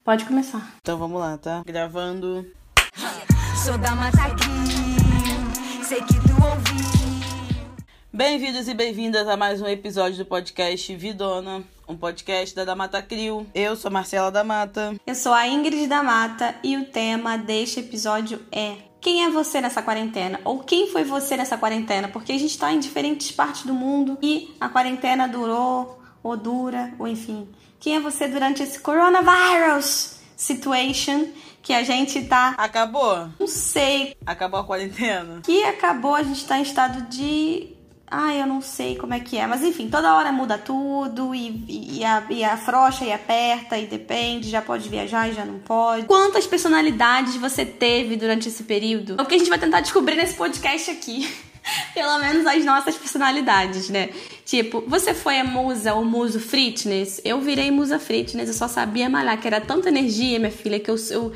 Pode começar. Então vamos lá, tá? Gravando. Sou da Mata Crio, sei que tu ouviu. Bem-vindos e bem-vindas a mais um episódio do podcast Vidona, um podcast da Mata Crio. Eu sou Marcela da Mata. Eu sou a Ingrid da Mata e o tema deste episódio é: quem é você nessa quarentena? Ou quem foi você nessa quarentena? Porque a gente tá em diferentes partes do mundo e a quarentena durou, ou dura, ou enfim. Quem é você durante esse coronavirus situation que a gente tá... Acabou? Não sei. Acabou a quarentena? Que acabou, a gente tá em estado de... eu não sei como é que é. Mas enfim, toda hora muda tudo e afrouxa e aperta e depende. Já pode viajar e já não pode. Quantas personalidades você teve durante esse período? É o que a gente vai tentar descobrir nesse podcast aqui. Pelo menos as nossas personalidades, né? Tipo, você foi a musa ou muso fitness? Eu virei musa fitness, eu só sabia malhar, que era tanta energia, minha filha, que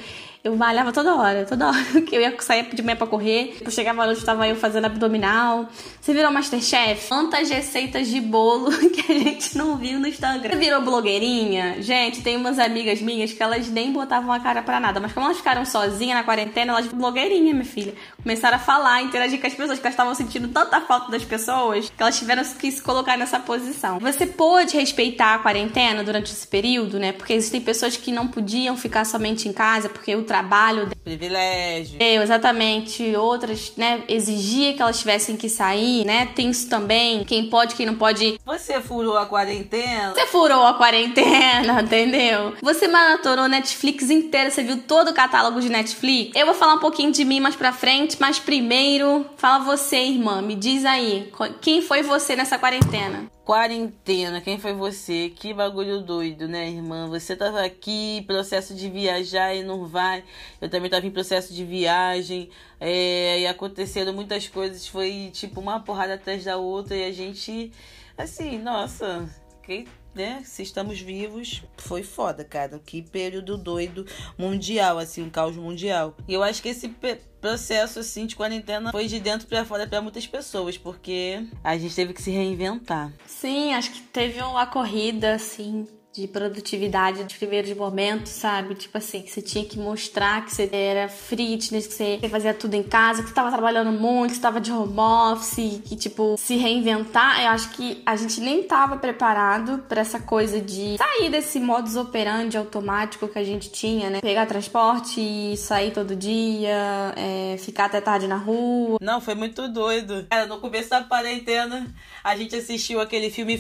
eu malhava toda hora, que eu ia sair de manhã pra correr. Eu chegava à noite, tava eu fazendo abdominal. Você virou Masterchef? Quantas receitas de bolo que a gente não viu no Instagram? Você virou blogueirinha? Gente, tem umas amigas minhas que elas nem botavam a cara pra nada. Mas como elas ficaram sozinhas na quarentena, elas blogueirinha, minha filha. Começaram a falar, interagir com as pessoas, que elas estavam sentindo tanta falta das pessoas, que elas tiveram que se colocar nessa posição. Você pôde respeitar a quarentena durante esse período, né? Porque existem pessoas que não podiam ficar somente em casa, porque o trabalho... Privilégio. Exatamente. Outras, né, exigia que elas tivessem que sair, né? Tem isso também. Quem pode, quem não pode. Você furou a quarentena? Você furou a quarentena, entendeu? Você maratonou Netflix inteira, você viu todo o catálogo de Netflix? Eu vou falar um pouquinho de mim mais pra frente, mas primeiro, fala você, irmã. Me diz aí, quem foi você nessa quarentena? Quarentena, quem foi você? Que bagulho doido, né, irmã? Você tava aqui, processo de viajar e não vai. Eu também tava em processo de viagem. E aconteceram muitas coisas. Foi tipo uma porrada atrás da outra. E a gente, assim, nossa, né? Se estamos vivos, foi foda, cara. Que período doido mundial, assim, um caos mundial. E eu acho que esse processo, assim, de quarentena foi de dentro pra fora pra muitas pessoas, porque a gente teve que se reinventar. Sim, acho que teve uma corrida, assim, de produtividade nos primeiros momentos, sabe? Tipo assim, que você tinha que mostrar que você era fitness, que você fazia tudo em casa, que você tava trabalhando muito, que você tava de home office, que, tipo, se reinventar. Eu acho que a gente nem tava preparado pra essa coisa de sair desse modus operandi automático que a gente tinha, né? Pegar transporte e sair todo dia, ficar até tarde na rua. Não, foi muito doido. Cara, no começo da quarentena, a gente assistiu aquele filme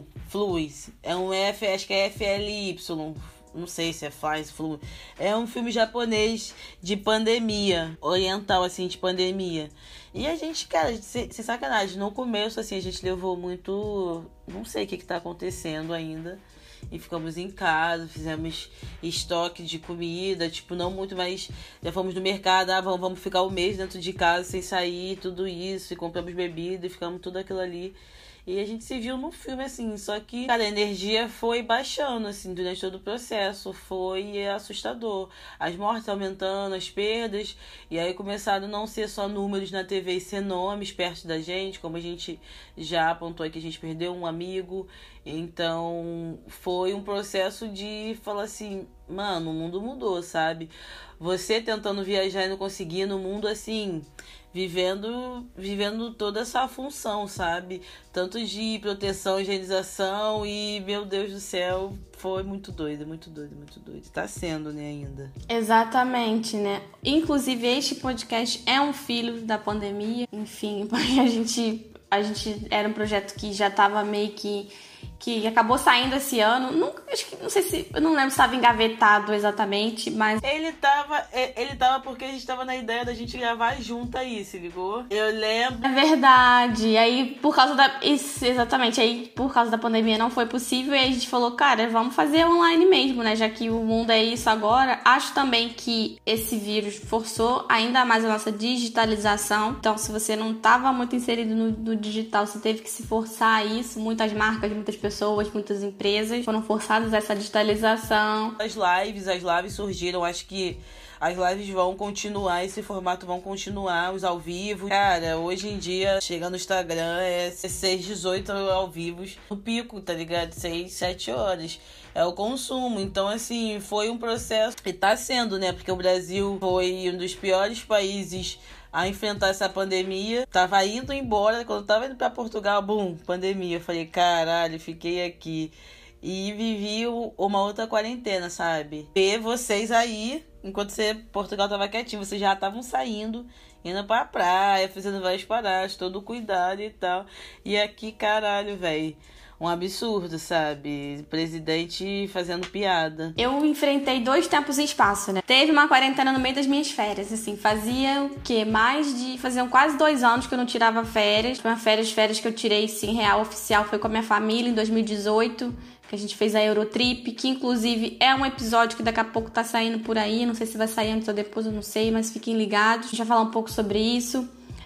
Fluis. É um acho que é FLY, não sei se é Flu. É um filme japonês de pandemia, oriental, assim, de pandemia. E a gente, cara, sem sacanagem, no começo, assim, a gente levou muito... Não sei o que tá acontecendo ainda. E ficamos em casa, fizemos estoque de comida, tipo, não muito, mas já fomos no mercado, vamos ficar um mês dentro de casa sem sair, tudo isso, e compramos bebida e ficamos tudo aquilo ali. E a gente se viu no filme, assim, só que, cara, a energia foi baixando, assim, durante todo o processo, foi assustador. As mortes aumentando, as perdas, e aí começaram a não ser só números na TV e ser nomes perto da gente, como a gente já apontou aqui, a gente perdeu um amigo. Então, foi um processo de falar assim, mano, o mundo mudou, sabe? Você tentando viajar e não conseguindo, o mundo, assim... Vivendo toda essa função, sabe? Tanto de proteção, higienização e, meu Deus do céu, foi muito doido, muito doido, muito doido. Tá sendo, né, ainda. Exatamente, né? Inclusive, este podcast é um filho da pandemia. Enfim, porque a gente era um projeto que já tava meio que acabou saindo esse ano. Não sei se... Eu não lembro se estava engavetado exatamente, mas... Ele tava porque a gente tava na ideia da gente gravar junto aí, se ligou? Eu lembro... É verdade. E aí, por causa da... Isso, exatamente. Aí, por causa da pandemia, não foi possível. E aí a gente falou, cara, vamos fazer online mesmo, né? Já que o mundo é isso agora. Acho também que esse vírus forçou ainda mais a nossa digitalização. Então, se você não tava muito inserido no digital, você teve que se forçar a isso. Muitas marcas, muitas pessoas, muitas empresas foram forçadas cuidados, essa digitalização. As lives surgiram, acho que as lives vão continuar, esse formato vão continuar, os ao vivo. Cara, hoje em dia, chega no Instagram, é 6, 18 ao vivo, no pico, tá ligado? 6, 7 horas. É o consumo. Então, assim, foi um processo, e tá sendo, né? Porque o Brasil foi um dos piores países a enfrentar essa pandemia. Tava indo embora, quando tava indo pra Portugal, bum, pandemia. Eu falei, caralho, fiquei aqui. E vivi uma outra quarentena, sabe? Ver vocês aí, enquanto Portugal tava quietinho, vocês já estavam saindo, indo pra praia, fazendo várias paradas, todo cuidado e tal. E aqui, caralho, velho, um absurdo, sabe? Presidente fazendo piada. Eu enfrentei 2 tempos e espaço, né? Teve uma quarentena no meio das minhas férias, assim. Fazia o quê? Faziam quase 2 anos que eu não tirava férias. Foi uma férias que eu tirei, sim, real, oficial. Foi com a minha família em 2018, que a gente fez a Eurotrip, que inclusive é um episódio que daqui a pouco tá saindo por aí. Não sei se vai sair antes ou depois, eu não sei, mas fiquem ligados. A gente vai falar um pouco sobre isso.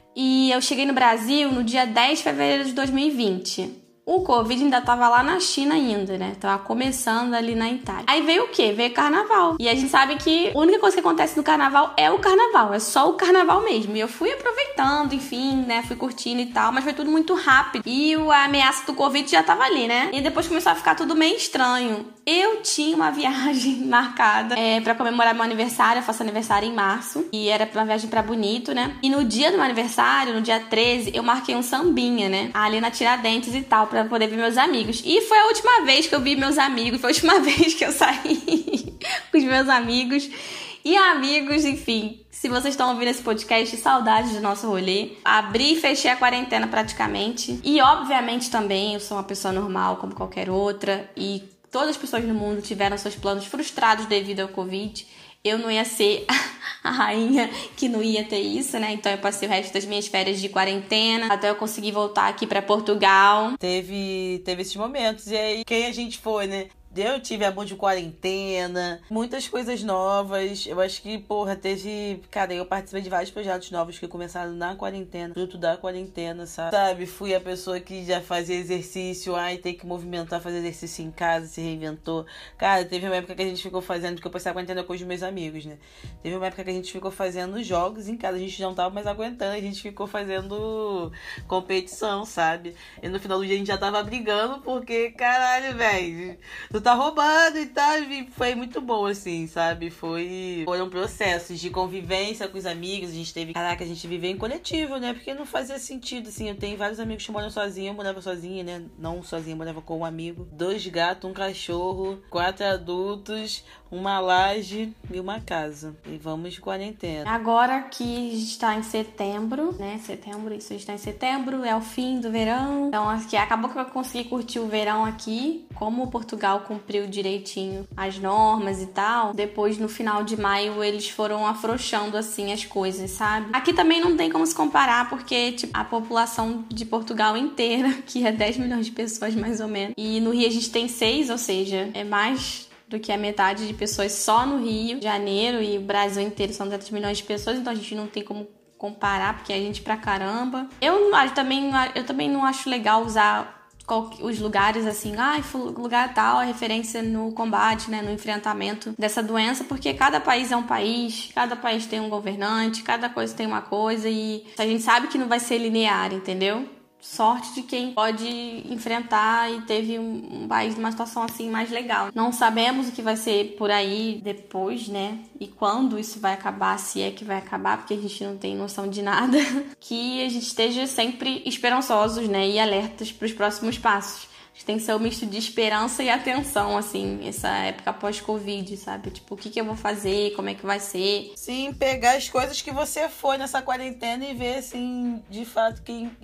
E eu cheguei no Brasil no dia 10 de fevereiro de 2020. O Covid ainda tava lá na China ainda, né? Tava começando ali na Itália. Aí veio o quê? Veio carnaval. E a gente sabe que a única coisa que acontece no carnaval é o carnaval. É só o carnaval mesmo. E eu fui aproveitando, enfim, né? Fui curtindo e tal. Mas foi tudo muito rápido. E a ameaça do Covid já tava ali, né? E depois começou a ficar tudo meio estranho. Eu tinha uma viagem marcada pra comemorar meu aniversário. Eu faço aniversário em março. E era uma viagem pra Bonito, né? E no dia do meu aniversário, no dia 13, eu marquei um sambinha, né? Ali na Tiradentes e tal, pra poder ver meus amigos. E foi a última vez que eu vi meus amigos. Foi a última vez que eu saí com os meus amigos. E amigos, enfim, se vocês estão ouvindo esse podcast, saudades do nosso rolê. Abri e fechei a quarentena praticamente. E obviamente também eu sou uma pessoa normal como qualquer outra. E todas as pessoas no mundo tiveram seus planos frustrados devido ao Covid. Eu não ia ser a rainha que não ia ter isso, né? Então eu passei o resto das minhas férias de quarentena até eu conseguir voltar aqui pra Portugal. Teve esses momentos. E aí, quem a gente foi, né? Eu tive amor de quarentena, muitas coisas novas. Eu acho que, teve... Cara, eu participei de vários projetos novos que começaram na quarentena, fruto da quarentena, sabe? Fui a pessoa que já fazia exercício, tem que movimentar, fazer exercício em casa, se reinventou. Cara, teve uma época que a gente ficou fazendo, porque eu passei a quarentena com os meus amigos, né? Teve uma época que a gente ficou fazendo jogos em casa, a gente não tava mais aguentando, a gente ficou fazendo competição, sabe? E no final do dia a gente já tava brigando, porque, caralho, velho, tá roubando e tal, e foi muito bom, assim, sabe? Foram processos de convivência com os amigos, a gente viveu em coletivo, né? Porque não fazia sentido, assim, eu tenho vários amigos que moram sozinhos, eu morava sozinha, né? Não sozinha, eu morava com um amigo, 2 gatos, um cachorro, 4 adultos, uma laje e uma casa. E vamos de quarentena. Agora que a gente tá em setembro, né? A gente tá em setembro, é o fim do verão. Então, aqui acabou que eu consegui curtir o verão aqui. Como Portugal cumpriu direitinho as normas e tal, depois no final de maio eles foram afrouxando assim as coisas, sabe? Aqui também não tem como se comparar, porque tipo, a população de Portugal inteira, que é 10 milhões de pessoas mais ou menos, e no Rio a gente tem 6, ou seja, é mais do que a metade de pessoas só no Rio de Janeiro, e o Brasil inteiro são 200 milhões de pessoas, então a gente não tem como comparar, porque é gente pra caramba. Eu também não acho legal usar os lugares assim, lugar tal, é referência no combate, né, no enfrentamento dessa doença, porque cada país é um país, cada país tem um governante, cada coisa tem uma coisa, e a gente sabe que não vai ser linear, entendeu? Sorte de quem pode enfrentar e teve um país numa situação assim mais legal. Não sabemos o que vai ser por aí depois, né? E quando isso vai acabar, se é que vai acabar, porque a gente não tem noção de nada. Que a gente esteja sempre esperançosos, né? E alertas para os próximos passos. Tem que ser um misto de esperança e atenção, assim, essa época pós-Covid, sabe? Tipo, o que eu vou fazer, como é que vai ser. Sim, pegar as coisas que você foi nessa quarentena e ver, assim, de fato,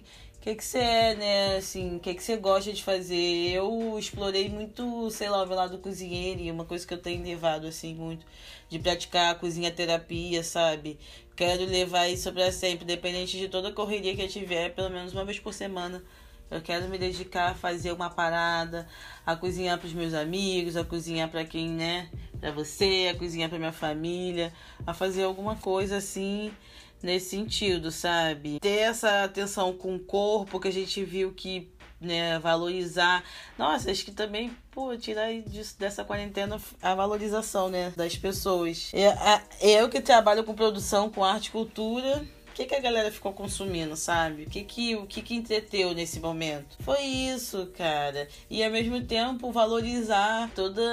o que você é, né, assim, o que você gosta de fazer. Eu explorei muito, sei lá, o meu lado cozinheiro, e uma coisa que eu tenho levado, assim, muito, de praticar a cozinha-terapia, sabe? Quero levar isso pra sempre, independente de toda a correria que eu tiver, pelo menos uma vez por semana. Eu quero me dedicar a fazer uma parada, a cozinhar pros meus amigos, a cozinhar pra quem, né, pra você, a cozinhar pra minha família, a fazer alguma coisa, assim, nesse sentido, sabe? Ter essa atenção com o corpo, que a gente viu que né, valorizar. Nossa, acho que também, pô, tirar dessa quarentena a valorização, né, das pessoas. Eu que trabalho com produção, com arte e cultura, o que a galera ficou consumindo, sabe? O que entreteu nesse momento? Foi isso, cara. E ao mesmo tempo valorizar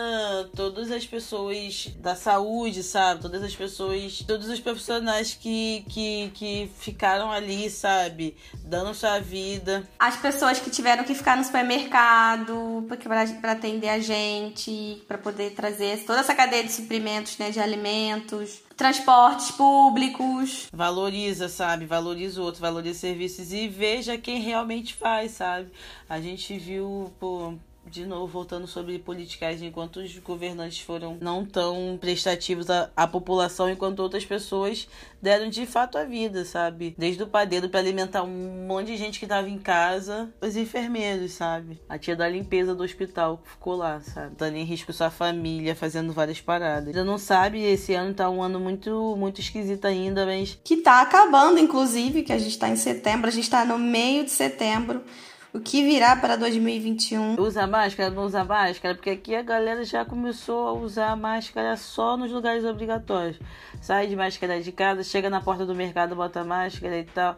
todas as pessoas da saúde, sabe? Todas as pessoas, todos os profissionais que ficaram ali, sabe? Dando sua vida. As pessoas que tiveram que ficar no supermercado para atender a gente, para poder trazer toda essa cadeia de suprimentos, né? De alimentos. Transportes públicos. Valoriza, sabe? Valoriza o outro, valoriza serviços e veja quem realmente faz, sabe? A gente viu, pô, de novo, voltando sobre politicagem, enquanto os governantes foram não tão prestativos à população, enquanto outras pessoas deram de fato a vida, sabe? Desde o padeiro para alimentar um monte de gente que tava em casa, os enfermeiros, sabe? A tia da limpeza do hospital que ficou lá, sabe? Dando em risco sua família, fazendo várias paradas. Ainda não sabe, esse ano tá um ano muito, muito esquisito ainda, mas... Que tá acabando, inclusive, que a gente tá em setembro, a gente tá no meio de setembro. O que virá para 2021? Usa máscara, não usa máscara? Porque aqui a galera já começou a usar máscara só nos lugares obrigatórios. Sai de máscara de casa, chega na porta do mercado, bota máscara e tal.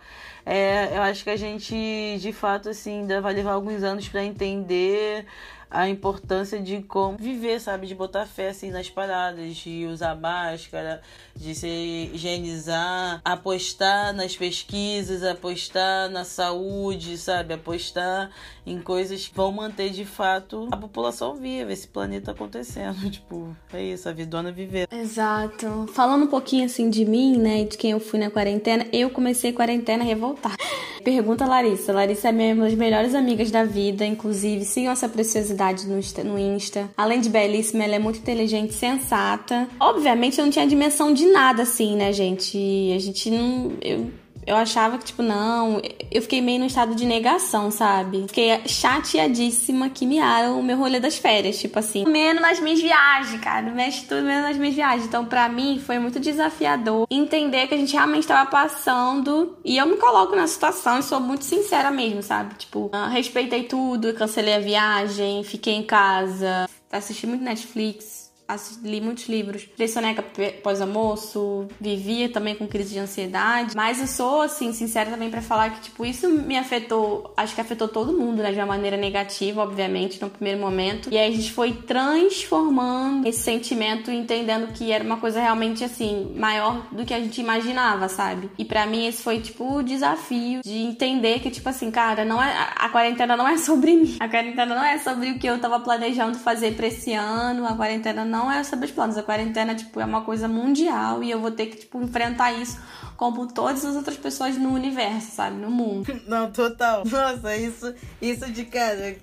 Eu acho que a gente, de fato, assim, ainda vai levar alguns anos para entender a importância de como viver, sabe? De botar fé, assim, nas paradas, de usar máscara, de se higienizar, apostar nas pesquisas, apostar na saúde, sabe? Apostar em coisas que vão manter, de fato, a população viva, esse planeta acontecendo. Tipo, é isso, a vidona viver. Exato. Falando um pouquinho, assim, de mim, né? De quem eu fui na quarentena, eu comecei a quarentena revoltada. Pergunta a Larissa. Larissa é uma das melhores amigas da vida, inclusive. Sigam essa preciosidade no Insta. Além de belíssima, ela é muito inteligente, sensata. Obviamente, eu não tinha dimensão de nada, assim, né, gente? A gente não... Eu achava que, tipo, não... Eu fiquei meio no estado de negação, sabe? Fiquei chateadíssima que miaram o meu rolê das férias, tipo assim. Menos nas minhas viagens, cara. Mexe tudo menos nas minhas viagens. Então, pra mim, foi muito desafiador entender que a gente realmente tava passando. E eu me coloco na situação e sou muito sincera mesmo, sabe? Tipo, respeitei tudo, cancelei a viagem, fiquei em casa, assisti muito Netflix. Li muitos livros, dei soneca pós-almoço, vivia também com crise de ansiedade, mas eu sou, assim, sincera também pra falar que, tipo, isso me afetou, acho que afetou todo mundo, né, de uma maneira negativa, obviamente, no primeiro momento, e aí a gente foi transformando esse sentimento, entendendo que era uma coisa realmente, assim, maior do que a gente imaginava, sabe? E pra mim esse foi, tipo, o desafio de entender que, tipo assim, cara, a quarentena não é sobre mim, a quarentena não é sobre o que eu tava planejando fazer pra esse ano, a quarentena não é sobre os planos. A quarentena, tipo, é uma coisa mundial e eu vou ter que, tipo, enfrentar isso como todas as outras pessoas no universo, sabe? No mundo. Não, total. Nossa, isso de cara.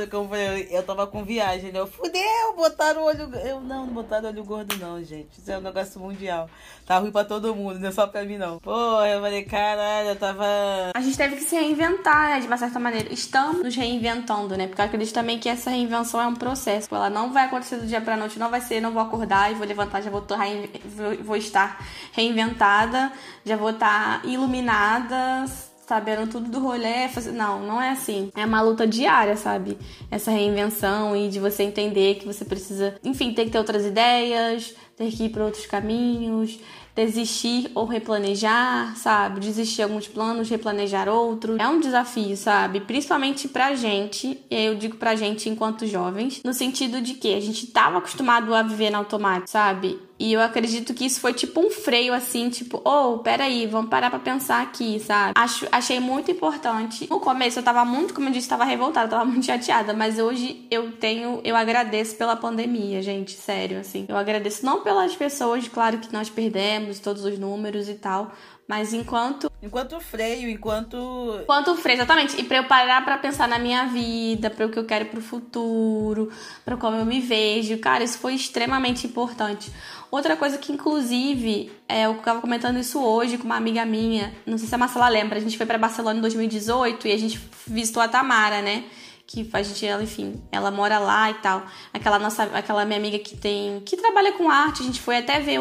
Eu tava com viagem, né? Eu fudeu, botaram o olho... Não botaram olho gordo, não, gente. Isso é um negócio mundial. Tá ruim pra todo mundo, não é só pra mim, não. Porra, eu falei, caralho, eu tava... A gente teve que se reinventar, né? De uma certa maneira. Estamos nos reinventando, né? Porque eu acredito também que essa reinvenção é um processo. Ela não vai acontecer do dia pra noite, não vai ser, não vou acordar e vou levantar, já vou estar reinventada, já vou estar iluminada, sabendo tudo do rolê. Não é assim. É uma luta diária, sabe? Essa reinvenção e de você entender que você precisa, enfim, ter que ter outras ideias, ter que ir para outros caminhos, desistir ou replanejar, sabe? Desistir de alguns planos, replanejar outros. É um desafio, sabe? Principalmente pra gente, e aí eu digo pra gente enquanto jovens, no sentido de que a gente tava acostumado a viver no automático, sabe? E eu acredito que isso foi tipo um freio, assim, tipo, peraí, vamos parar pra pensar aqui, sabe? Achei muito importante. No começo eu tava muito, como eu disse, tava revoltada, tava muito chateada, mas hoje eu agradeço pela pandemia, gente, sério, assim. Eu agradeço não pelas pessoas, claro que nós perdemos todos os números e tal, mas enquanto freio, enquanto freio, exatamente. E pra eu parar pra pensar na minha vida, pra o que eu quero pro futuro, pra como eu me vejo. Cara, isso foi extremamente importante. Outra coisa que, inclusive, eu tava comentando isso hoje com uma amiga minha, não sei se a Marcela lembra, a gente foi pra Barcelona em 2018 e a gente visitou a Tamara, né? Que a gente, enfim, ela mora lá e tal. Aquela minha amiga que trabalha com arte, a gente foi até ver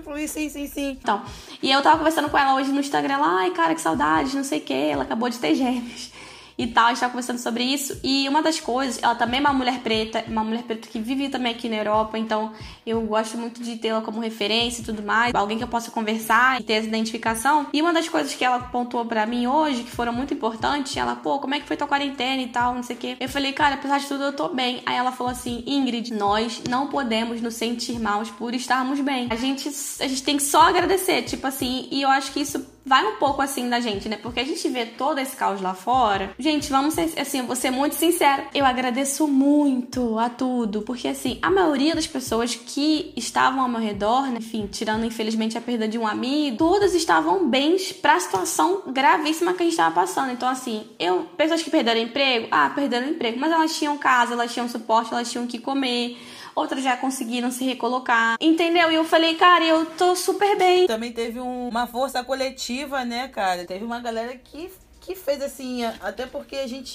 sim. Então, e eu tava conversando com ela hoje no Instagram, ai, cara, que saudade, não sei o que, ela acabou de ter gêmeos. e tal, a gente tava conversando sobre isso. E uma das coisas, ela também é uma mulher preta que vive também aqui na Europa, então eu gosto muito de tê-la como referência e tudo mais, alguém que eu possa conversar e ter essa identificação. E uma das coisas que ela pontuou pra mim hoje, que foram muito importantes, ela, pô, como é que foi tua quarentena e tal, não sei o quê. Eu falei, cara, apesar de tudo eu tô bem. Aí ela falou assim, Ingrid, nós não podemos nos sentir maus por estarmos bem. A gente tem que só agradecer, tipo assim, e eu acho que isso vai um pouco assim da gente, né? Porque a gente vê todo esse caos lá fora. Gente, vamos ser, assim, eu vou ser muito sincera. Eu agradeço muito a tudo, porque assim, a maioria das pessoas que estavam ao meu redor, né? Enfim, tirando infelizmente a perda de um amigo, todas estavam bem pra situação gravíssima que a gente tava passando. Então assim, pessoas que perderam emprego, perderam emprego, mas elas tinham casa, elas tinham suporte, elas tinham o que comer. Outras já conseguiram se recolocar, entendeu? E eu falei, cara, eu tô super bem. Também teve uma força coletiva, né, cara? Teve uma galera que fez assim, até porque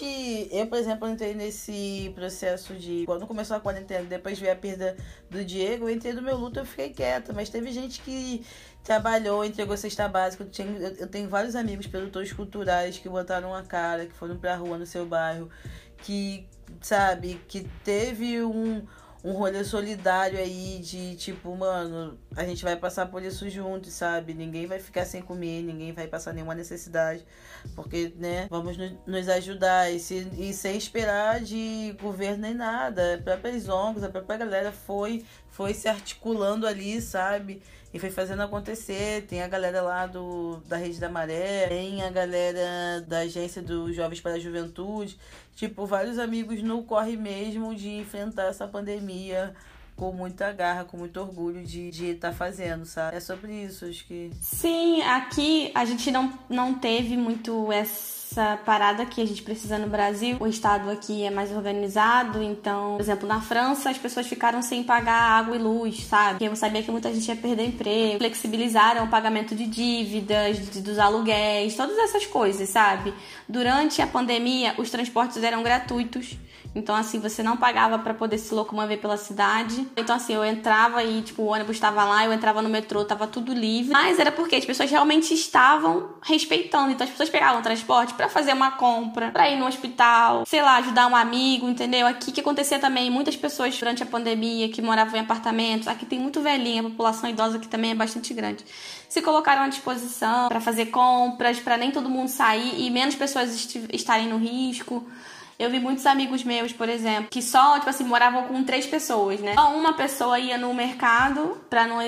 eu, por exemplo, entrei nesse processo de, quando começou a quarentena, depois veio a perda do Diego, eu entrei no meu luto, eu fiquei quieta, mas teve gente que trabalhou, entregou cesta básica. Eu tenho vários amigos produtores culturais que botaram a cara, que foram pra rua no seu bairro, que, sabe, que teve um rolê solidário aí de tipo, mano, a gente vai passar por isso juntos, sabe? Ninguém vai ficar sem comer, ninguém vai passar nenhuma necessidade, porque, né, vamos nos ajudar e sem esperar de governo nem nada. A própria ONGs, a própria galera foi se articulando ali, sabe? E foi fazendo acontecer. Tem a galera lá da Rede da Maré, tem a galera da Agência dos Jovens para a Juventude. Tipo, vários amigos no corre mesmo de enfrentar essa pandemia com muita garra, com muito orgulho de estar fazendo, sabe? É sobre isso, acho que... Sim, aqui a gente não teve muito essa parada que a gente precisa no Brasil. O estado aqui é mais organizado, então, por exemplo, na França as pessoas ficaram sem pagar água e luz, sabe? Porque eu sabia que muita gente ia perder emprego. Flexibilizaram o pagamento de dívidas, dos aluguéis, todas essas coisas, sabe? Durante a pandemia, os transportes eram gratuitos. Então, assim, você não pagava pra poder se locomover pela cidade. Então, assim, eu entrava e, tipo, o ônibus tava lá, eu entrava no metrô, tava tudo livre. Mas era porque as pessoas realmente estavam respeitando. Então, as pessoas pegavam transporte pra fazer uma compra, pra ir no hospital, sei lá, ajudar um amigo, entendeu? Aqui que acontecia também, muitas pessoas durante a pandemia que moravam em apartamentos. Aqui tem muito velhinha, a população idosa aqui também é bastante grande. Se colocaram à disposição pra fazer compras, pra nem todo mundo sair e menos pessoas estarem no risco. Eu vi muitos amigos meus, por exemplo, que só, tipo assim, moravam com 3 pessoas, né? Só uma pessoa ia no mercado pra não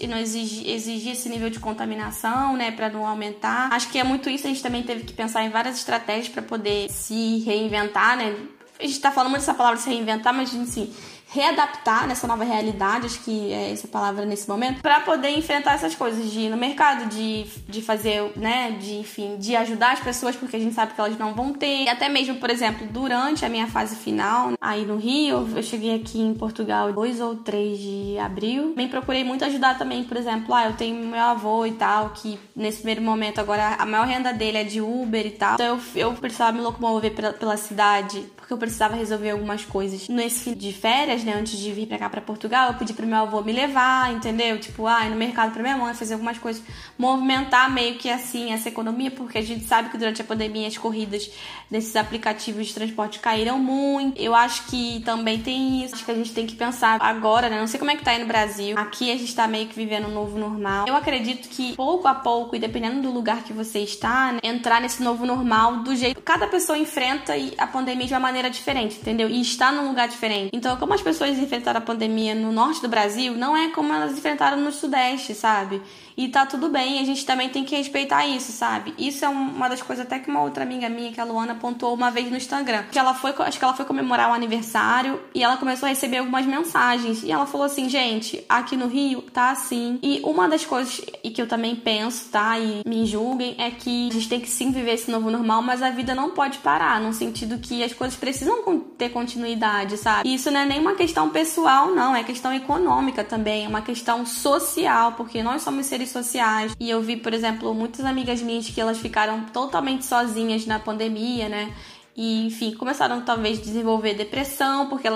exigir esse nível de contaminação, né? Pra não aumentar. Acho que é muito isso, a gente também teve que pensar em várias estratégias pra poder se reinventar, né? A gente tá falando muito dessa palavra se reinventar, mas, assim, readaptar nessa nova realidade, acho que é essa palavra nesse momento, pra poder enfrentar essas coisas, de ir no mercado, de fazer, né, de ajudar as pessoas, porque a gente sabe que elas não vão ter. E até mesmo, por exemplo, durante a minha fase final, aí no Rio, eu cheguei aqui em Portugal 2 ou 3 de abril, também procurei muito ajudar também, por exemplo, eu tenho meu avô e tal, que nesse primeiro momento agora a maior renda dele é de Uber e tal, então eu precisava me locomover pela cidade, porque eu precisava resolver algumas coisas. Nesse fim de férias, né, antes de vir pra cá, pra Portugal, eu pedi pro meu avô me levar, entendeu? Tipo, ir no mercado pra minha mãe, fazer algumas coisas, movimentar meio que assim essa economia, porque a gente sabe que durante a pandemia as corridas desses aplicativos de transporte caíram muito. Eu acho que também tem isso, acho que a gente tem que pensar agora, né? Não sei como é que tá aí no Brasil. Aqui a gente tá meio que vivendo um novo normal. Eu acredito que pouco a pouco, e dependendo do lugar que você está, né, entrar nesse novo normal do jeito que cada pessoa enfrenta a pandemia de uma maneira diferente, entendeu? E está num lugar diferente. Então, como as pessoas enfrentaram a pandemia no norte do Brasil, não é como elas enfrentaram no sudeste, sabe? E tá tudo bem, a gente também tem que respeitar isso, sabe? Isso é uma das coisas até que uma outra amiga minha, que a Luana, pontuou uma vez no Instagram. Que acho que ela foi comemorar um aniversário e ela começou a receber algumas mensagens. E ela falou assim, gente, aqui no Rio tá assim. E uma das coisas e que eu também penso, tá? E me julguem, é que a gente tem que sim viver esse novo normal, mas a vida não pode parar, no sentido que as coisas precisam ter continuidade, sabe? E isso não é nem uma questão pessoal, não. É questão econômica também, é uma questão social, porque nós somos seres sociais. E eu vi, por exemplo, muitas amigas minhas que elas ficaram totalmente sozinhas na pandemia, né? E, enfim, começaram talvez a desenvolver depressão, porque elas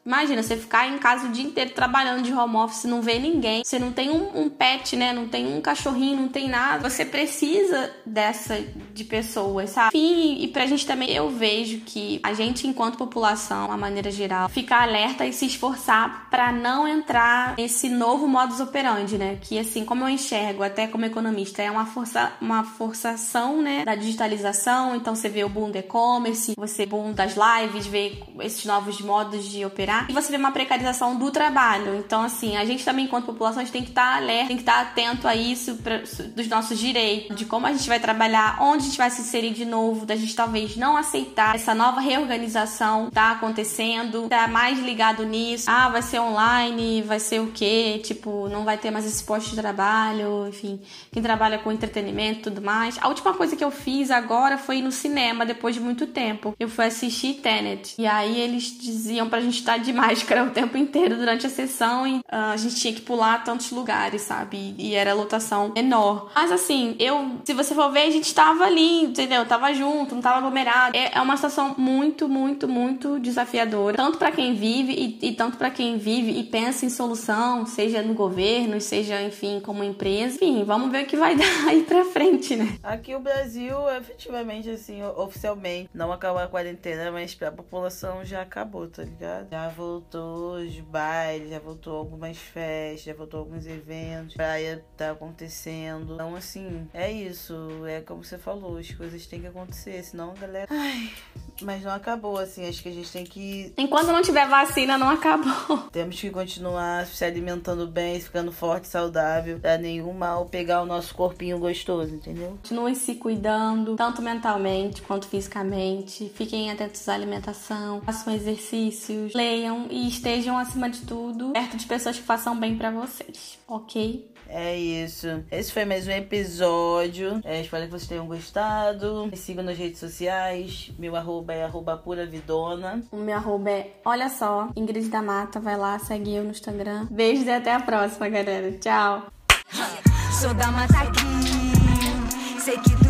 Imagina, você ficar em casa o dia inteiro trabalhando de home office, não vê ninguém, você não tem um pet, né? Não tem um cachorrinho, não tem nada. Você precisa de pessoas, sabe? Enfim, e pra gente também, eu vejo que a gente, enquanto população, a maneira geral, ficar alerta e se esforçar pra não entrar nesse novo modus operandi, né? Que assim, como eu enxergo, até como economista, é uma forçação, né, da digitalização. Então você vê o boom do e-commerce, você vê o boom das lives, vê esses novos modos de operar, e você vê uma precarização do trabalho. Então assim, a gente também, enquanto população, a gente tem que estar alerta, tem que estar atento a isso, dos nossos direitos, de como a gente vai trabalhar, onde a gente vai se inserir de novo, da gente talvez não aceitar essa nova reorganização tá acontecendo, tá mais ligado nisso. Ah, vai ser online, vai ser o quê? Tipo, não vai ter mais esse posto de trabalho, enfim, quem trabalha com entretenimento e tudo mais. A última coisa que eu fiz agora foi ir no cinema, depois de muito tempo. Eu fui assistir Tenet, e aí eles diziam pra gente estar de máscara o tempo inteiro durante a sessão, e a gente tinha que pular tantos lugares, sabe? E era lotação menor. Mas assim, se você for ver, a gente tava ali, entendeu? Tava junto, não tava aglomerado. É uma situação muito, muito, muito desafiadora, tanto pra quem vive e tanto pra quem vive e pensa em solução, seja no governo, seja, enfim, como empresa. Enfim, vamos ver o que vai dar aí pra frente, né? Aqui o Brasil, efetivamente, assim, oficialmente, não acabou a quarentena, mas pra população já acabou, tá ligado? Já voltou os bailes, já voltou algumas festas, já voltou alguns eventos, praia tá acontecendo. Então, assim, é isso. É como você falou, as coisas têm que acontecer, senão a galera... Ai, mas não acabou, assim, acho que a gente tem que... Enquanto não tiver vacina, não acabou. Temos que continuar se alimentando bem, ficando forte, saudável, pra nenhum mal pegar o nosso corpinho gostoso, entendeu? Continuem se cuidando, tanto mentalmente quanto fisicamente. Fiquem atentos à alimentação, façam exercícios, leiam e estejam, acima de tudo, perto de pessoas que façam bem pra vocês, ok? É isso. Esse foi mais um episódio. Espero que vocês tenham gostado. Me sigam nas redes sociais. Meu arroba é @puravidona. O meu arroba é, olha só, Ingrid da Mata. Vai lá, segue eu no Instagram. Beijos e até a próxima, galera. Tchau. Sou da Mata Cream, sei que tu